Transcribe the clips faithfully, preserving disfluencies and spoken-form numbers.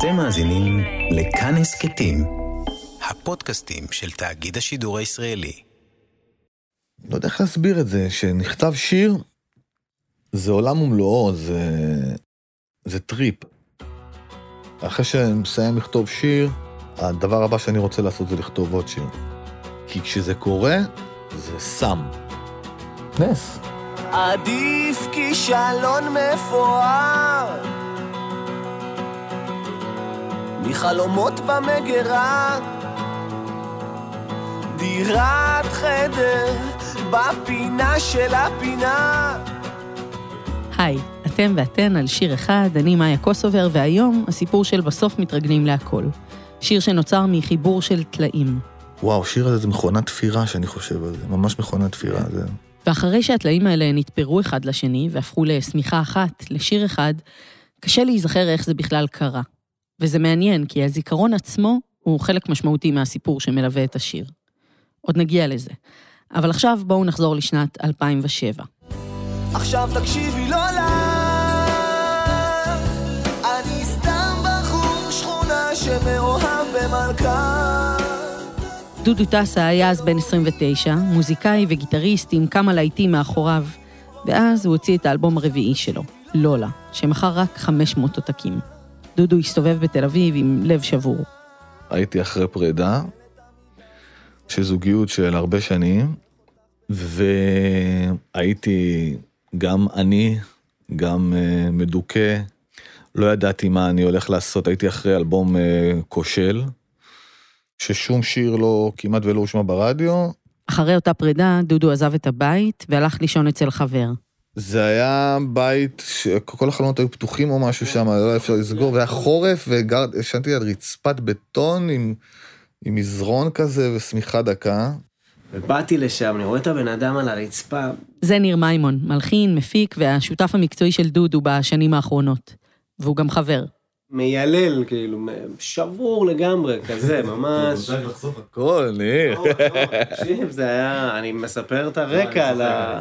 אתם מאזינים לכאן הסכתים, הפודקאסטים של תאגיד השידור הישראלי. לא יודע איך להסביר את זה, שנכתב שיר, זה עולם ומלואו, זה, זה טריפ. אחרי שאני מסיים לכתוב שיר, הדבר הבא שאני רוצה לעשות זה לכתוב עוד שיר. כי כשזה קורה, זה סם. נס. עדיף כישלון מפואר מחלומות במגרה, דירת חדר בפינה של הפינה. היי, אתם ואתן על שיר אחד, אני מאיה קוסובר, והיום הסיפור של בסוף מתרגלים להכל. שיר שנוצר מחיבור של תלאים. וואו, שיר הזה זה מכונת תפירה שאני חושב על זה, ממש מכונת תפירה. זה... ואחרי שהתלאים האלה נתפרו אחד לשני והפכו לשמיכה אחת, לשיר אחד, קשה להיזכר איך זה בכלל קרה. וזה מעניין, כי הזיכרון עצמו הוא חלק משמעותי מהסיפור שמלווה את השיר. עוד נגיע לזה. אבל עכשיו בואו נחזור לשנת אלפיים ושבע. עכשיו תקשיבי לא לה, אני סתם בחור שכונה שמאוהב במלכה. דודו טסה היה אז בן עשרים ותשע, מוזיקאי וגיטריסט עם כמה להיטים מאחוריו, ואז הוא הוציא את האלבום הרביעי שלו, לולה, שמכר רק חמש מאות עותקים. דודו הסתובב בתל אביב עם לב שבור. הייתי אחרי פרידה, של זוגיות של הרבה שנים, והייתי גם אני, גם uh, מדוכא, לא ידעתי מה אני הולך לעשות, הייתי אחרי אלבום uh, כושל, ששום שיר לא, כמעט ולא הושמע ברדיו. אחרי אותה פרידה, דודו עזב את הבית והלך לישון אצל חבר. זה היה בית שכל החלונות היו פתוחים או משהו שם, לא היה אפשר לסגור, והיה חורף, וישנתי על רצפת בטון עם, עם מזרון כזה וסמיכה דקה. ובאתי לשם, אני רואה את הבן אדם על הרצפה. זה ניר מימון, מלחין, מפיק, והשותף המקצועי של דודו בשנים האחרונות. והוא גם חבר. מיילל, כאילו, שבור לגמרי, כזה, ממש. צריך לחשוף הכל, ניר. תקשיב, זה היה, אני מספר את הרקע על ה...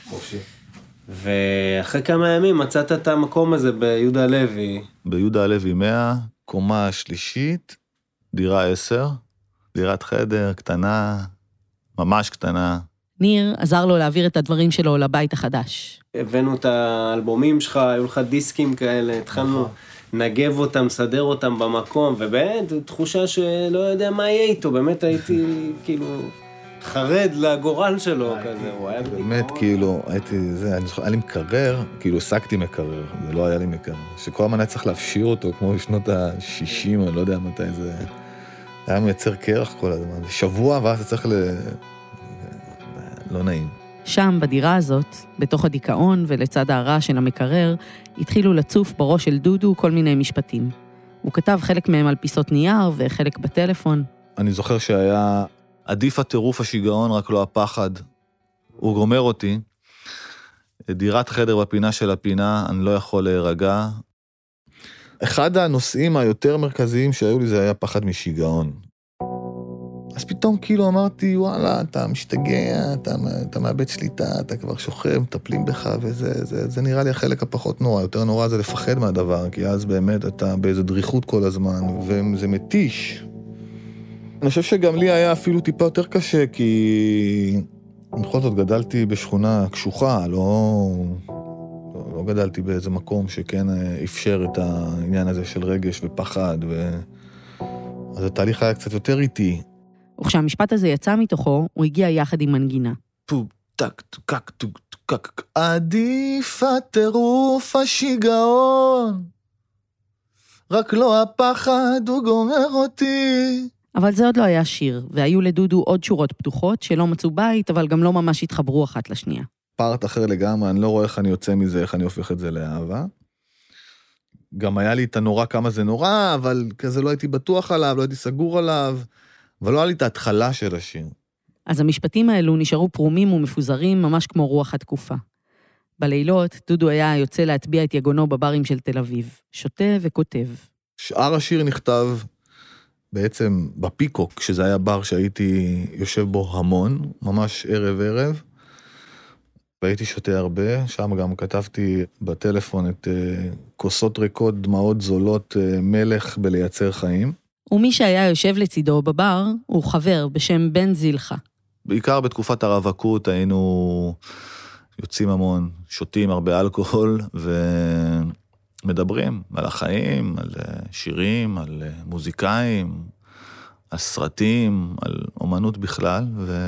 ואחרי כמה ימים מצאת את המקום הזה ביהודה הלוי. ביהודה הלוי מאה, קומה שלישית, דירה עשר, דירת חדר, קטנה, ממש קטנה. ניר עזר לו להעביר את הדברים שלו לבית החדש. הבאנו את האלבומים שלך, היו לך דיסקים כאלה, התחלנו נגב אותם, סדר אותם במקום, ובאמת תחושה שלא יודע מה יהיה איתו, באמת הייתי כאילו... חרד לגורל שלו כזה, הוא היה באמת כאילו, הייתי, זה, אני זוכר, היה לי מקרר, כאילו עסקתי מקרר, זה לא היה לי מקרר, שכל הזמן היה צריך להפשיר אותו, כמו בשנות ה-שישים, אני לא יודע מתי זה, היה מייצר קרח כל הזמן, שבוע, ואז אתה צריך ל... לא נעים. שם, בדירה הזאת, בתוך הדיכאון ולצד הרע של המקרר, התחילו לצוף בראש של דודו כל מיני משפטים. הוא כתב חלק מהם על פיסות נייר וחלק בטלפון. אני זוכר שהיה... עדיף הטירוף השיגעון, רק לא הפחד. הוא גומר אותי. דירת חדר בפינה של הפינה, אני לא יכול להירגע. אחד הנושאים היותר מרכזיים שהיו לי זה היה פחד משיגעון. אז פתאום כאילו אמרתי, וואלה, אתה משתגע, אתה, אתה מאבד שליטה, אתה כבר שוכב, מטפלים בך, וזה זה, זה נראה לי החלק הפחות נורא. יותר נורא זה לפחד מהדבר, כי אז באמת אתה באיזו דריכות כל הזמן, וזה מתיש. אני חושב שגם לי היה אפילו טיפה יותר קשה, כי בכל זאת גדלתי בשכונה קשוחה, לא, לא גדלתי באיזה מקום שכן אפשר את העניין הזה של רגש ופחד, ו... אז התהליך היה קצת יותר איטי. וכשהמשפט הזה יצא מתוכו, הוא הגיע יחד עם מנגינה. טוק, טק, טוק, טוק, טוק, עדיף הטירוף השיגעון, רק לא הפחד הוא גומר אותי. אבל זה עוד לא היה שיר, והיו לדודו עוד שורות פתוחות שלא מצאו בית, אבל גם לא ממש התחברו אחת לשנייה. פארט אחר לגמרי, אני לא רואה איך אני יוצא מזה, איך אני הופך את זה לאהבה. גם היה לי את הנורא כמה זה נורא, אבל כזה לא הייתי בטוח עליו, לא הייתי סגור עליו, אבל לא היה לי את ההתחלה של השיר. אז המשפטים האלו נשארו פרומים ומפוזרים, ממש כמו רוח התקופה. בלילות, דודו היה יוצא להטביע את יגונו בברים של תל אביב, שותה וכותב. שאר השיר נכתב בעצם בפיקוק, שזה היה בר שהייתי יושב בו המון, ממש ערב ערב, והייתי שותה הרבה, שם גם כתבתי בטלפון את uh, כוסות ריקות, דמעות זולות, uh, מלך בלייצר חיים. ומי שהיה יושב לצידו בבר, הוא חבר בשם בן זילחה. בעיקר בתקופת הרווקות היינו יוצאים המון, שותים הרבה אלכוהול, ומדברים על החיים, על שירים, על מוזיקאים, על סרטים, על אומנות בכלל,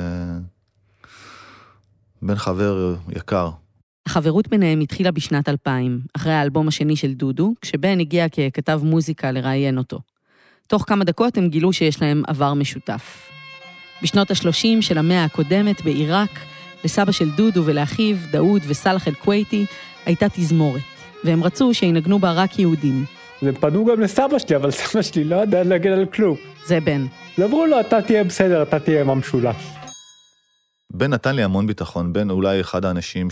ובן חבר יקר. החברות ביניהם התחילה בשנת אלפיים, אחרי האלבום השני של דודו, כשבן הגיע ככתב מוזיקה לראיין אותו. תוך כמה דקות הם גילו שיש להם עבר משותף. בשנות ה-שלושים של המאה הקודמת בעיראק, לסבא של דודו ולאחיו, דאוד וסלח אל-כווייתי, הייתה תזמורת, והם רצו שינגנו בה רק יהודים. הם פנו גם לסבא שלי, אבל סבא שלי לא ידע להגן על כלום. זה בן. אמרו לו, אתה תהיה בסדר, אתה תהיה ממשולש. בן נתן לי המון ביטחון, בן אולי אחד האנשים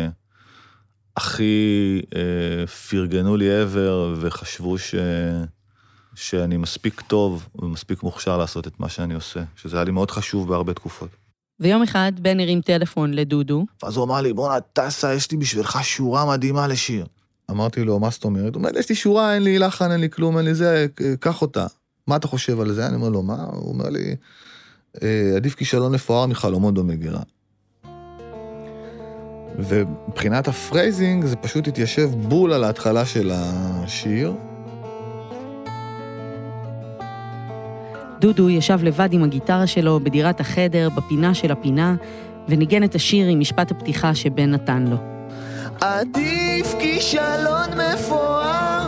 שהכי אה, פרגנו לי עבר, וחשבו ש... שאני מספיק טוב ומספיק מוכשר לעשות את מה שאני עושה, שזה היה לי מאוד חשוב בהרבה תקופות. ויום אחד בן הרים טלפון לדודו. ואז הוא אמר לי, בוא נטסה, יש לי בשבילך שורה מדהימה לשיר. אמרתי לו, מה זאת אומרת? הוא אומר, יש לי שורה, אין לי לחן, אין לי כלום, אין לי זה, קח אותה. מה אתה חושב על זה? אני אומר לו, מה? הוא אומר לי, עדיף כישלון מפואר מחלומות במגירה. ובבחינת הפרייזינג, זה פשוט התיישב בול על ההתחלה של השיר. דודו ישב לבד עם הגיטרה שלו בדירת החדר, בפינה של הפינה, וניגן את השיר עם משפט הפתיחה שבן נתן לו. עדיף כישלון מפואר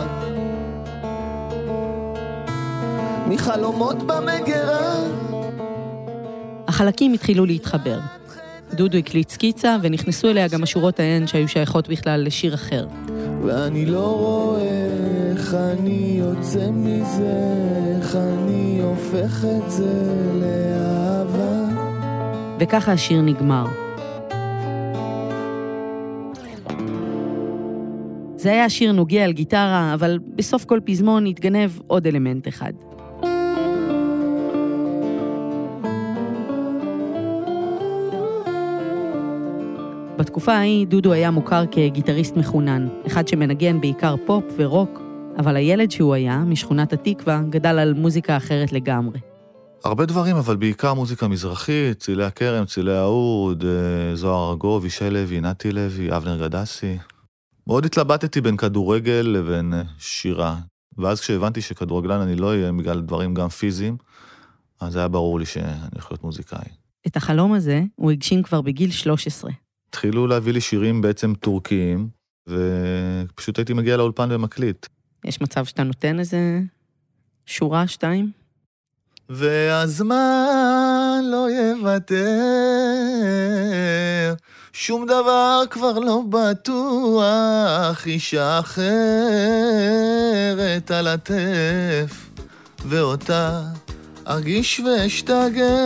מחלומות במגירה. החלקים התחילו להתחבר. דודו הקליט סקיצה, ונכנסו אליה גם השורות ההן שהיו שייכות בכלל לשיר אחר. ואני לא רואה איך אני יוצא מזה, איך אני הופך את זה לאהבה. וככה השיר נגמר. זה היה שיר נוגע על גיטרה, אבל בסוף כל פזמון התגנב עוד אלמנט אחד. בתקופה ההיא דודו היה מוכר כגיטריסט מחונן, אחד שמנגן בעיקר פופ ורוק, אבל הילד שהוא היה, משכונת התקווה, גדל על מוזיקה אחרת לגמרי. הרבה דברים, אבל בעיקר מוזיקה מזרחית, צילי הכרם, צילי האוד, זוהר ארגוב, ישי לוי, נתי לוי, אבנר גדסי. מאוד התלבטתי בין כדורגל לבין שירה, ואז כשהבנתי שכדורגלן אני לא אהיה בגלל דברים גם פיזיים, אז היה ברור לי שאני יכול להיות מוזיקאי. את החלום הזה הוא הגשים כבר בגיל שלוש עשרה. התחילו להביא לי שירים בעצם טורקיים, ופשוט הייתי מגיע לאולפן ומקליט. יש מצב שאתה נותן איזה שורה, שתיים? והזמן לא יוותר, שום דבר כבר לא בטוח, אישה אחרת על הטף, ואותה ארגיש ואשתגע.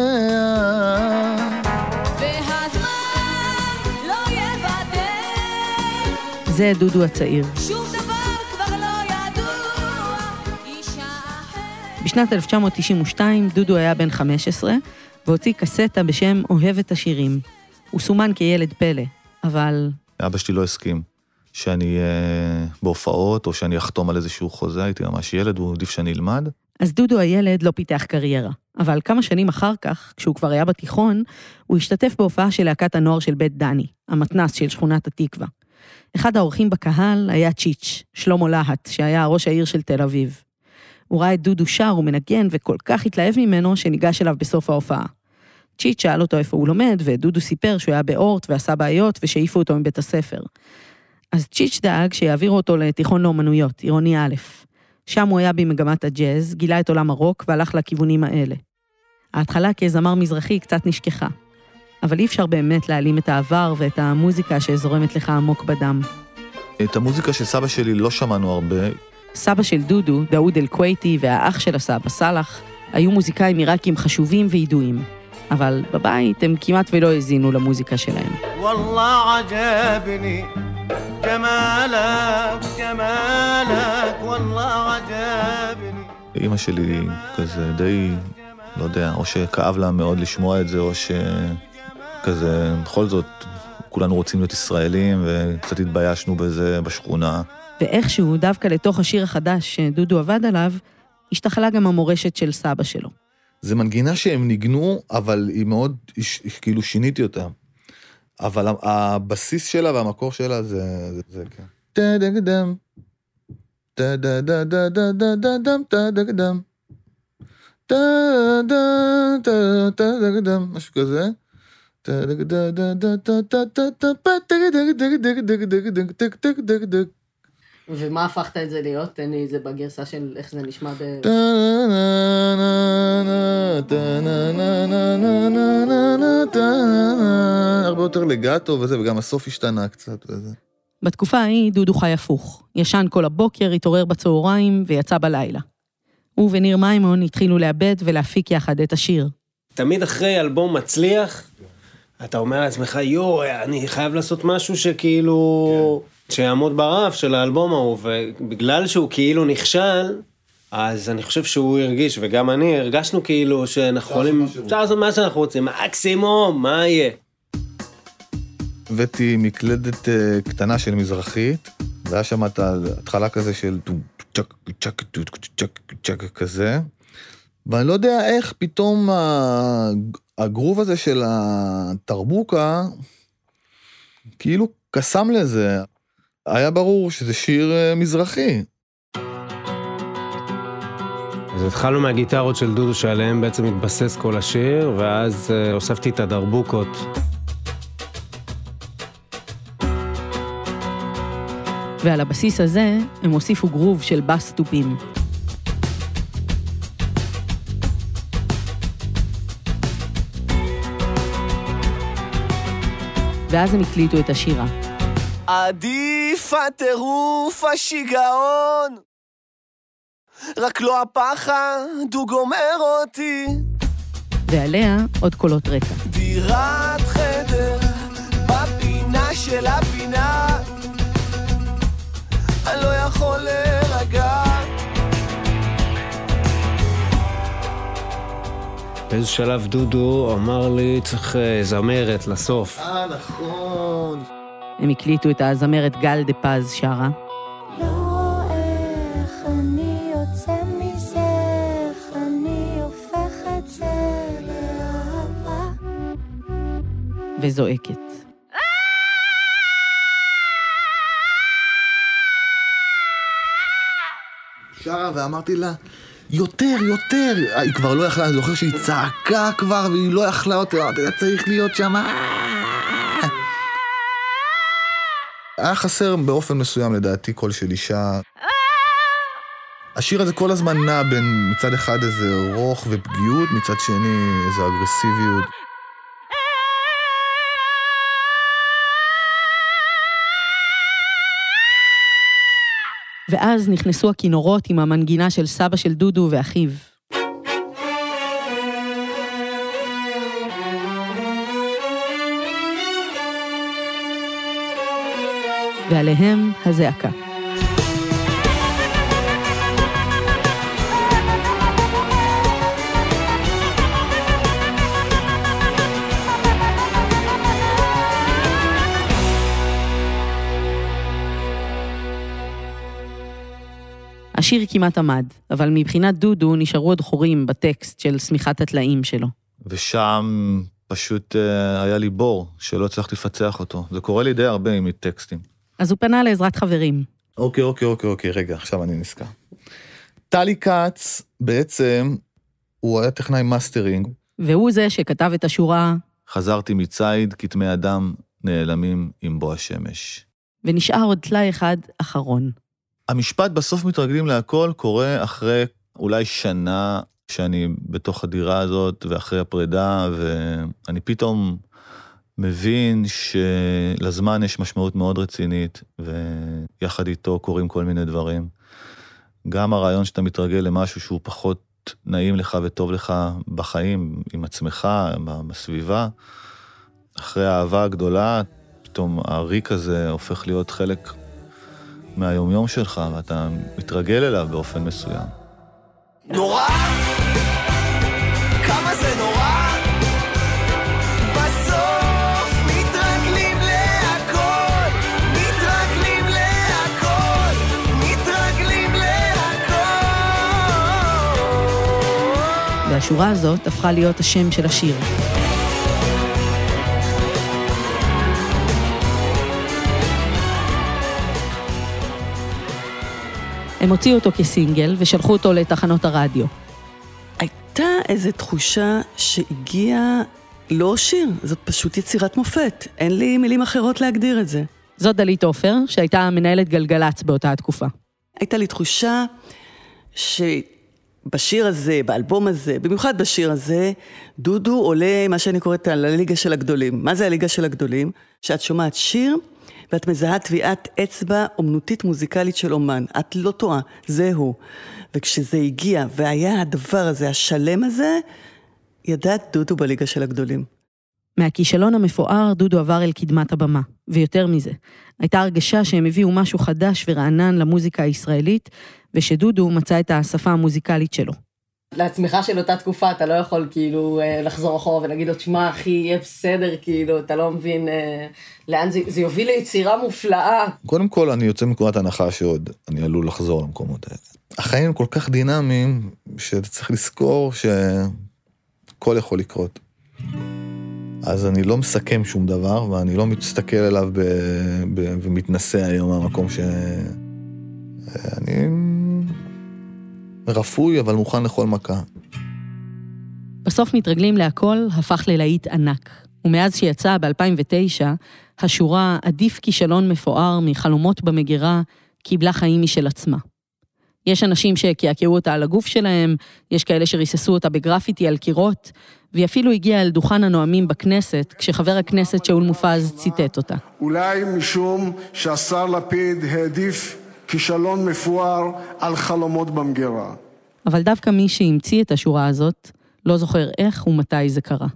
זה דודו הצעיר. שום דבר כבר לא ידוע, אישה אחרת. בשנת אלף תשע מאות תשעים ושתיים דודו היה בן חמש עשרה, והוציא קסטה בשם אוהב את השירים. הוא סומן כילד פלא, אבל... אבא שלי לא הסכים שאני אה, בהופעות, או שאני אחתום על איזשהו חוזה, הייתי ממש ילד, הוא עדיף שאני אלמד. אז דודו הילד לא פיתח קריירה, אבל כמה שנים אחר כך, כשהוא כבר היה בתיכון, הוא השתתף בהופעה של להקת הנוער של בית דני, המתנ"ס של שכונת התקווה. אחד האורחים בקהל היה צ'יץ', שלמה להט, שהיה ראש העיר של תל אביב. הוא ראה את דודו שר ומנגן וכל כך התלהב ממנו שניגש אליו בסוף ההופעה. צ'יץ' שאל אותו איפה הוא לומד, ודודו סיפר שהוא היה באורט ועשה בעיות ושאיפו אותו מבית הספר. אז צ'יץ' דאג שיעבירו אותו לתיכון לאומנויות, עירוני א'. שם הוא היה במגמת הג'אז, גילה את עולם הרוק והלך לכיוונים האלה. ההתחלה כזמר מזרחי קצת נשכחה. אבל אי אפשר באמת להעלים את העבר ואת המוזיקה שזורמת לך עמוק בדם. את המוזיקה של סבא שלי לא שמענו הרבה. סבא של דודו, דאוד אל-כווייתי, והאח של הסבא, סלח, היו מוזיקאים עיראקים חשובים וידועים. אבל בבית הם כמעט ולא הזינו למוזיקה שלהם. والله عجبني جمالك جمالك والله عجبني. אמא שלי כזה די, לא יודע, או שכאב לה מאוד לשמוע את זה, או שכזה, בכל זאת, כולנו רוצים להיות ישראלים, וקצת התביישנו בזה בשכונה. ואיכשהו, דווקא לתוך השיר החדש שדודו עבד עליו, השתחלה גם המורשת של סבא שלו. זה מנגינה שהם ניגנו, אבל היא מאוד, כאילו שיניתי אותה. אבל הבסיס שלה והמקור שלה זה, זה, זה כן. טה-דה-דה-דם, טה-דה-דה-דה-דה-דה-דם, טה-דה-דה-דם, טה-דה-דה-דה-דה-דם, משהו כזה. ומה הפכת את זה להיות? תן לי זה בגרסה של איך זה נשמע ב... הרבה יותר לגאטו וזה, וגם הסוף השתנה קצת וזה. בתקופה ההיא דודו חי הפוך. ישן כל הבוקר, התעורר בצהריים ויצא בלילה. הוא וניר מימון התחילו לאבד ולהפיק יחד את השיר. תמיד אחרי אלבום מצליח, אתה אומר לעצמך, יו, אני חייב לעשות משהו שכאילו, שיעמוד ברף של האלבום ההוא, ובגלל שהוא כאילו נכשל, אז אני חושב שהוא הרגיש, וגם אני, הרגשנו כאילו שאנחנו יכולים, אפשר לעשות מה שאנחנו רוצים, מקסימום, מה יהיה? הבאתי מקלדת קטנה של מזרחית, והיה שם את ההתחלה כזה של צ'ק, צ'ק, צ'ק, צ'ק, כזה, ואני לא יודע איך פתאום הגרוב הזה של התרבוקה, כאילו קסם לזה. היה ברור שזה שיר מזרחי. אז התחלנו מהגיטרות של דודו שעליהם בעצם התבסס כל השיר, ואז הוספתי את הדרבוקות. ועל הבסיס הזה הם הוסיפו גרוב של בס טופים. ואז הם הקליטו את השירה. עדיף הטירוף השיגעון, רק לא הפחד, הוא גומר אותי. ועליה עוד קולות רקע. דירת חדר בפינה של הפינה, אני לא יכול להירגע. באיזה שלב דודו אמר לי, צריך זמרת לסוף. אה, נכון. הם הקליטו את הזמרת גל דה פז שרה. לא רואה איך אני יוצא מזה, איך אני הופך את זה לאהבה. וזועקת. שרה ואמרתי לה, יותר, יותר. היא כבר לא יכלה, אני זוכר שהיא צעקה כבר והיא לא יכלה יותר, אמרתי לה, צריך להיות שם. היה חסר באופן מסוים לדעתי קול של אישה. השיר הזה כל הזמן נע בין מצד אחד איזה רוח ופגיעות, מצד שני איזו אגרסיביות. ואז נכנסו הכינורות עם המנגינה של סבא של דודו ואחיו. ועליהם הזעקה. השיר כמעט עמד, אבל מבחינת דודו נשארו עוד חורים בטקסט של סמיכת התלאים שלו. ושם פשוט היה לי בור שלא הצלחתי לפצח אותו. זה קורה לי די הרבה עם טקסטים. אז הוא פנה לעזרת חברים. אוקיי, אוקיי, אוקיי, אוקיי, רגע, עכשיו אני נזכר. טלי קאץ, בעצם, הוא היה טכנאי מאסטרינג. והוא זה שכתב את השורה... חזרתי מצייד, כתמי אדם נעלמים עם בוא השמש. ונשאר עוד תלאי אחד אחרון. המשפט בסוף מתרגלים להכל קורה אחרי אולי שנה שאני בתוך הדירה הזאת ואחרי הפרידה, ואני פתאום מבין שלזמן יש משמעות מאוד רצינית, ויחד איתו קורים כל מיני דברים. גם הרעיון שאתה מתרגל למשהו שהוא פחות נעים לך וטוב לך בחיים, עם עצמך, בסביבה, אחרי האהבה הגדולה, פתאום הריק הזה הופך להיות חלק מהיומיום שלך, ואתה מתרגל אליו באופן מסוים. נורא, כמה זה נורא, בסוף מתרגלים ל... והשורה הזאת הפכה להיות השם של השיר. הם הוציאו אותו כסינגל ושלחו אותו לתחנות הרדיו. הייתה איזו תחושה שהגיעה לא שיר, זאת פשוט יצירת מופת. אין לי מילים אחרות להגדיר את זה. זאת דלית עופר, שהייתה מנהלת גלגלץ באותה התקופה. הייתה לי תחושה שבשיר הזה, באלבום הזה, במיוחד בשיר הזה, דודו עולה מה שאני קוראת על הליגה של הגדולים. מה זה הליגה של הגדולים? שאת שומעת שיר ואת מזהה טביעת אצבע אומנותית מוזיקלית של אומן. את לא טועה, זהו. וכשזה הגיע והיה הדבר הזה, השלם הזה, ידעת דודו בליגה של הגדולים. מהכישלון המפואר דודו עבר אל קדמת הבמה, ויותר מזה. הייתה הרגשה שהם הביאו משהו חדש ורענן למוזיקה הישראלית, ושדודו מצא את השפה המוזיקלית שלו. לעצמך של אותה תקופה אתה לא יכול כאילו לחזור אחורה ולהגיד לו, תשמע אחי, יהיה בסדר, כאילו, אתה לא מבין לאן זה, זה יוביל ליצירה מופלאה. קודם כל אני יוצא מנקודת הנחה שעוד אני עלול לחזור למקומות האלה. החיים הם כל כך דינמיים, שאתה צריך לזכור שכל יכול לקרות. אז אני לא מסכם שום דבר, ואני לא מסתכל אליו ב... ב... ומתנסה היום מהמקום ש... אני רפוי, אבל מוכן לכל מכה. בסוף מתרגלים להכל הפך ללהיט ענק. ומאז שיצא ב-אלפיים ותשע, השורה עדיף כישלון מפואר מחלומות במגירה, קיבלה חיים משל עצמה. יש אנשים שקעקעו אותה על הגוף שלהם, יש כאלה שריססו אותה בגרפיטי על קירות, והיא אפילו הגיעה אל דוכן הנואמים בכנסת, כשחבר הכנסת שאול מופז ציטט אותה. אולי משום שהשר לפיד העדיף כישלון מפואר על חלומות במגירה. אבל דווקא מי שהמציא את השורה הזאת, לא זוכר איך ומתי זה קרה.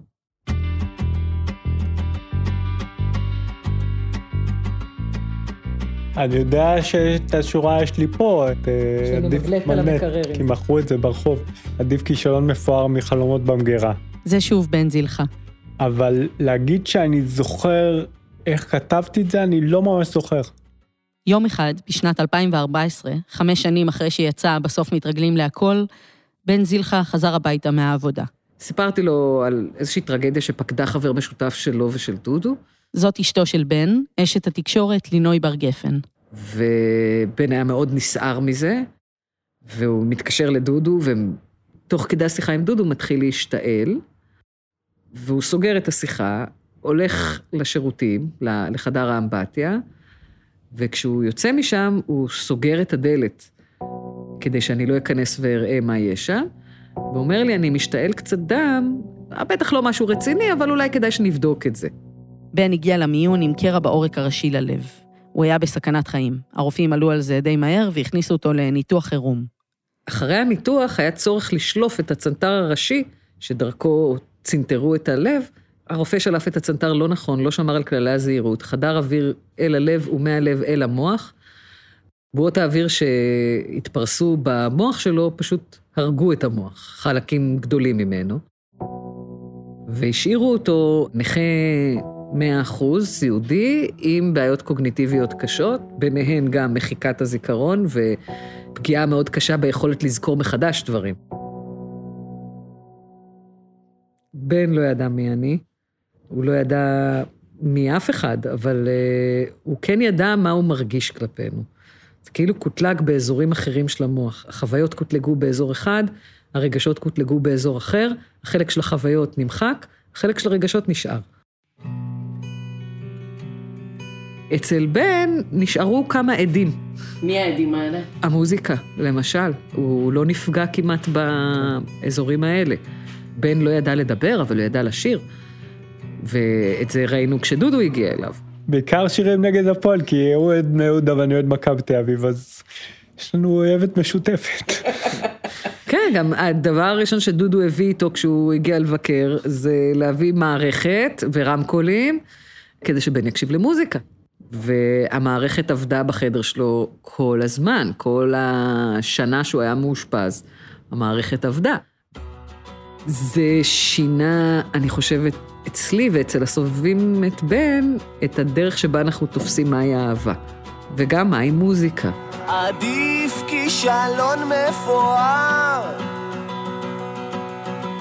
אני יודע שאת השורה יש לי פה, את עדיף מלנט, כי מכרו את זה ברחוב. עדיף כישלון מפואר מחלומות במגירה. זה שוב בן זילכה. אבל להגיד שאני זוכר איך כתבתי את זה, אני לא ממש זוכר. יום אחד, בשנת אלפיים וארבע עשרה, חמש שנים אחרי שיצא בסוף מתרגלים להכל, בן זילכה חזר הביתה מהעבודה. סיפרתי לו על איזושהי טרגדיה שפקדה חבר משותף שלו ושל דודו. זאת אשתו של בן, אשת התקשורת לינוי בר גפן. ובן היה מאוד נסער מזה, והוא מתקשר לדודו, ותוך כדי השיחה עם דודו מתחיל להשתעל, והוא סוגר את השיחה, הולך לשירותים, לחדר האמבטיה, וכשהוא יוצא משם, הוא סוגר את הדלת, כדי שאני לא אכנס ואראה מה יש שם, ואומר לי, אני משתעל קצת דם, בטח לא משהו רציני, אבל אולי כדאי שנבדוק את זה. בן הגיע למיון עם קרע בעורק הראשי ללב. הוא היה בסכנת חיים. הרופאים עלו על זה די מהר והכניסו אותו לניתוח חירום. אחרי הניתוח היה צורך לשלוף את הצנתר הראשי, שדרכו צנתרו את הלב. הרופא שלף את הצנתר לא נכון, לא שמר על כללי הזהירות. חדר אוויר אל הלב ומהלב אל המוח. בועות האוויר שהתפרסו במוח שלו פשוט הרגו את המוח, חלקים גדולים ממנו. והשאירו אותו נכה מאה אחוז סיעודי עם בעיות קוגניטיביות קשות, ביניהן גם מחיקת הזיכרון ופגיעה מאוד קשה ביכולת לזכור מחדש דברים. בן לא ידע מי אני, הוא לא ידע מי אף אחד, אבל uh, הוא כן ידע מה הוא מרגיש כלפינו. זה כאילו קוטלג באזורים אחרים של המוח. החוויות קוטלגו באזור אחד, הרגשות קוטלגו באזור אחר, החלק של החוויות נמחק, החלק של הרגשות נשאר. אצל בן נשארו כמה עדים. מי העדים האלה? המוזיקה, למשל. הוא לא נפגע כמעט באזורים האלה. בן לא ידע לדבר, אבל הוא ידע לשיר. ואת זה ראינו כשדודו הגיע אליו. בעיקר שירים נגד הפועל, כי הוא אוהד בני יהודה ואני אוהד מכבי תל אביב, אז יש לנו אוהבת משותפת. כן, גם הדבר הראשון שדודו הביא איתו כשהוא הגיע לבקר, זה להביא מערכת ורמקולים, כדי שבן יקשיב למוזיקה. והמערכת עבדה בחדר שלו כל הזמן, כל השנה שהוא היה מאושפז, המערכת עבדה. זה שינה, אני חושבת, אצלי ואצל הסובבים את בן, את הדרך שבה אנחנו תופסים מהי אהבה. וגם מהי מוזיקה. עדיף כישלון מפואר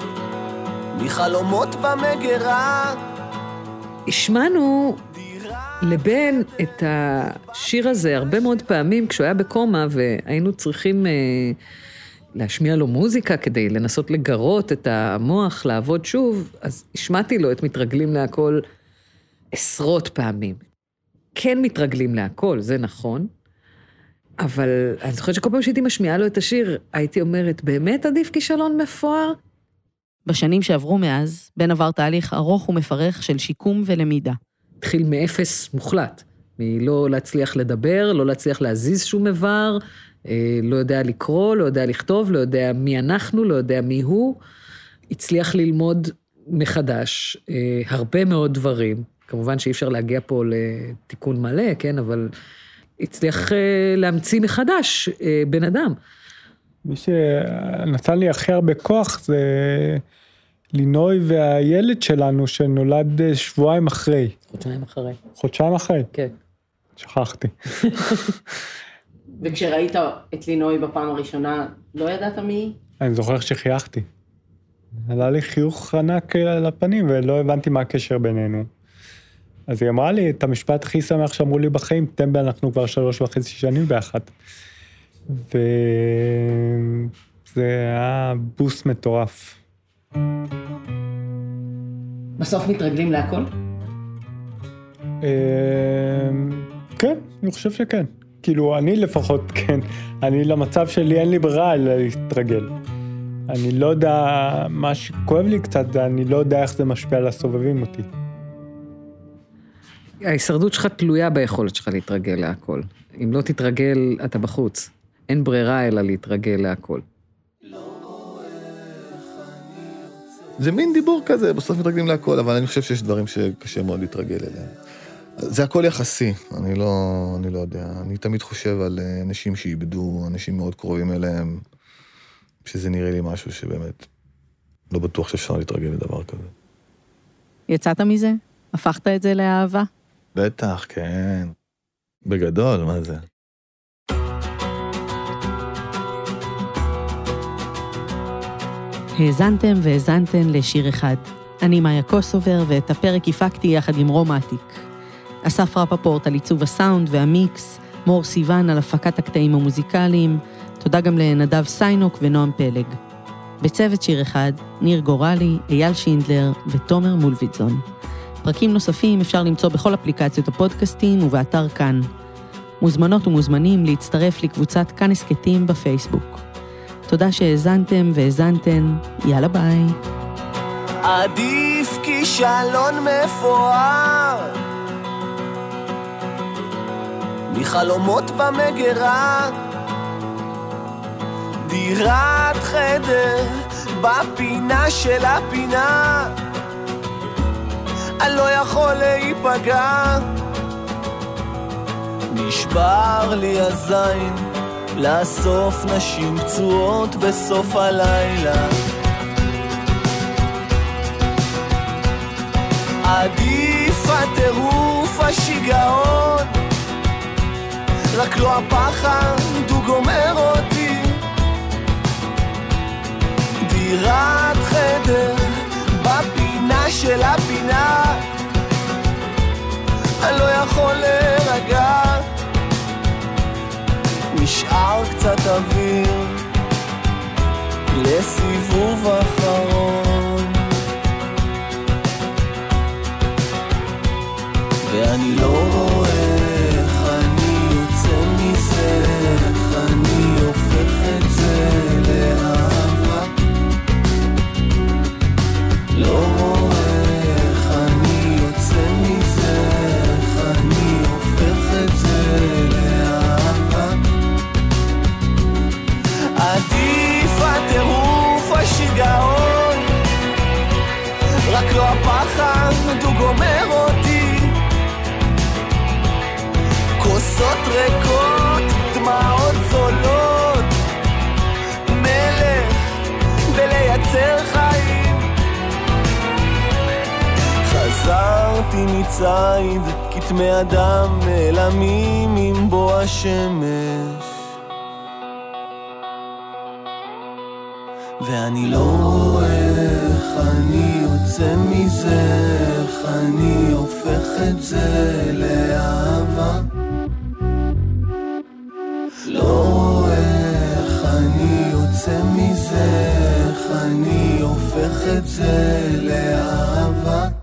מחלומות במגרה. השמענו לבן את השיר הזה הרבה מאוד פעמים כשהוא היה בקומה, והיינו צריכים אה, להשמיע לו מוזיקה כדי לנסות לגרות את המוח, לעבוד שוב, אז השמעתי לו את מתרגלים להכל עשרות פעמים. כן מתרגלים להכל, זה נכון, אבל אני זוכרת שכל פעם שהייתי משמיעה לו את השיר, הייתי אומרת, באמת עדיף כישלון מפואר? בשנים שעברו מאז, בן עבר תהליך ארוך ומפרך של שיקום ולמידה. התחיל מאפס מוחלט, מלא להצליח לדבר, לא להצליח להזיז שום איבר, לא יודע לקרוא, לא יודע לכתוב, לא יודע מי אנחנו, לא יודע מי הוא. הצליח ללמוד מחדש הרבה מאוד דברים. כמובן שאי אפשר להגיע פה לתיקון מלא, כן, אבל הצליח להמציא מחדש בן אדם. מי שנתן לי הכי הרבה כוח זה לינוי והילד שלנו שנולד שבועיים אחרי. חודשיים אחרי. חודשיים אחרי? כן. שכחתי. וכשראית את לינוי בפעם הראשונה, לא ידעת מי? אני זוכר שחייכתי. עלה לי חיוך ענק על הפנים ולא הבנתי מה הקשר בינינו. אז היא אמרה לי את המשפט הכי שמח שאמרו לי בחיים, טמבל אנחנו כבר שלוש וחצי שנים ביחד. וזה היה בוסט מטורף. בסוף מתרגלים להכל? כן, אני חושב שכן. כאילו, אני לפחות כן. אני למצב שלי אין לי ברירה להתרגל. אני לא יודע, מה שכואב לי קצת, אני לא יודע איך זה משפיע על הסובבים אותי. ההישרדות שלך תלויה ביכולת שלך להתרגל להכל. אם לא תתרגל, אתה בחוץ. אין ברירה אלא להתרגל להכל. זה מין דיבור כזה, בסוף מתרגלים להכל, אבל אני חושב שיש דברים שקשה מאוד להתרגל אליהם. זה הכל יחסי, אני לא, אני לא יודע. אני תמיד חושב על אנשים שאיבדו, אנשים מאוד קרובים אליהם, שזה נראה לי משהו שבאמת לא בטוח שאפשר להתרגל לדבר כזה. יצאת מזה? הפכת את זה לאהבה? בטח, כן. בגדול, מה זה? האזנתם והאזנתן לשיר אחד. אני מאיה קוסובר, ואת הפרק הפקתי יחד עם רום עתיק. אסף רפפורט על עיצוב הסאונד והמיקס, מור סיוון על הפקת הקטעים המוזיקליים, תודה גם לנדב סיינוק ונועם פלג. בצוות שיר אחד, ניר גורלי, אייל שינדלר ותומר מולביטזון. פרקים נוספים אפשר למצוא בכל אפליקציות הפודקאסטים ובאתר כאן. מוזמנות ומוזמנים להצטרף לקבוצת כאן הסקטים בפייסבוק. תודה שהאזנתם והאזנתן, יאללה ביי. עדיף כישלון מפואר מחלומות במגרה, דירת חדר בפינה של הפינה, אני לא יכול להיפגע, נשבר לי הזין לאסוף נשים פצועות בסוף הלילה. עדיף הטירוף השיגעון, רק לא הפחד הוא גומר אותי. דירת חדר בפינה של הפינה, אני לא יכול להירגע, נשאר קצת אוויר לסיבוב אחרון, ואני לא רואה איך אני יוצא מזה, איך אני הופך את זה לאהבה, לא רואה איך אני יוצא מזה, איך אני הופך את זה לאהבה. עדיף הטירוף השיגעון, רק לא הפחד הוא גומר אותי. כוסות ריקות, דמעות זולות, מלך בלייצר חיים. חזרתי מצייד, כתמי אדם נעלמים עם בוא השמש, ואני לא רואה איך אני יוצא מזה, איך אני הופך את זה לאהבה. לא רואה איך אני יוצא מזה, איך אני הופך את זה לאהבה.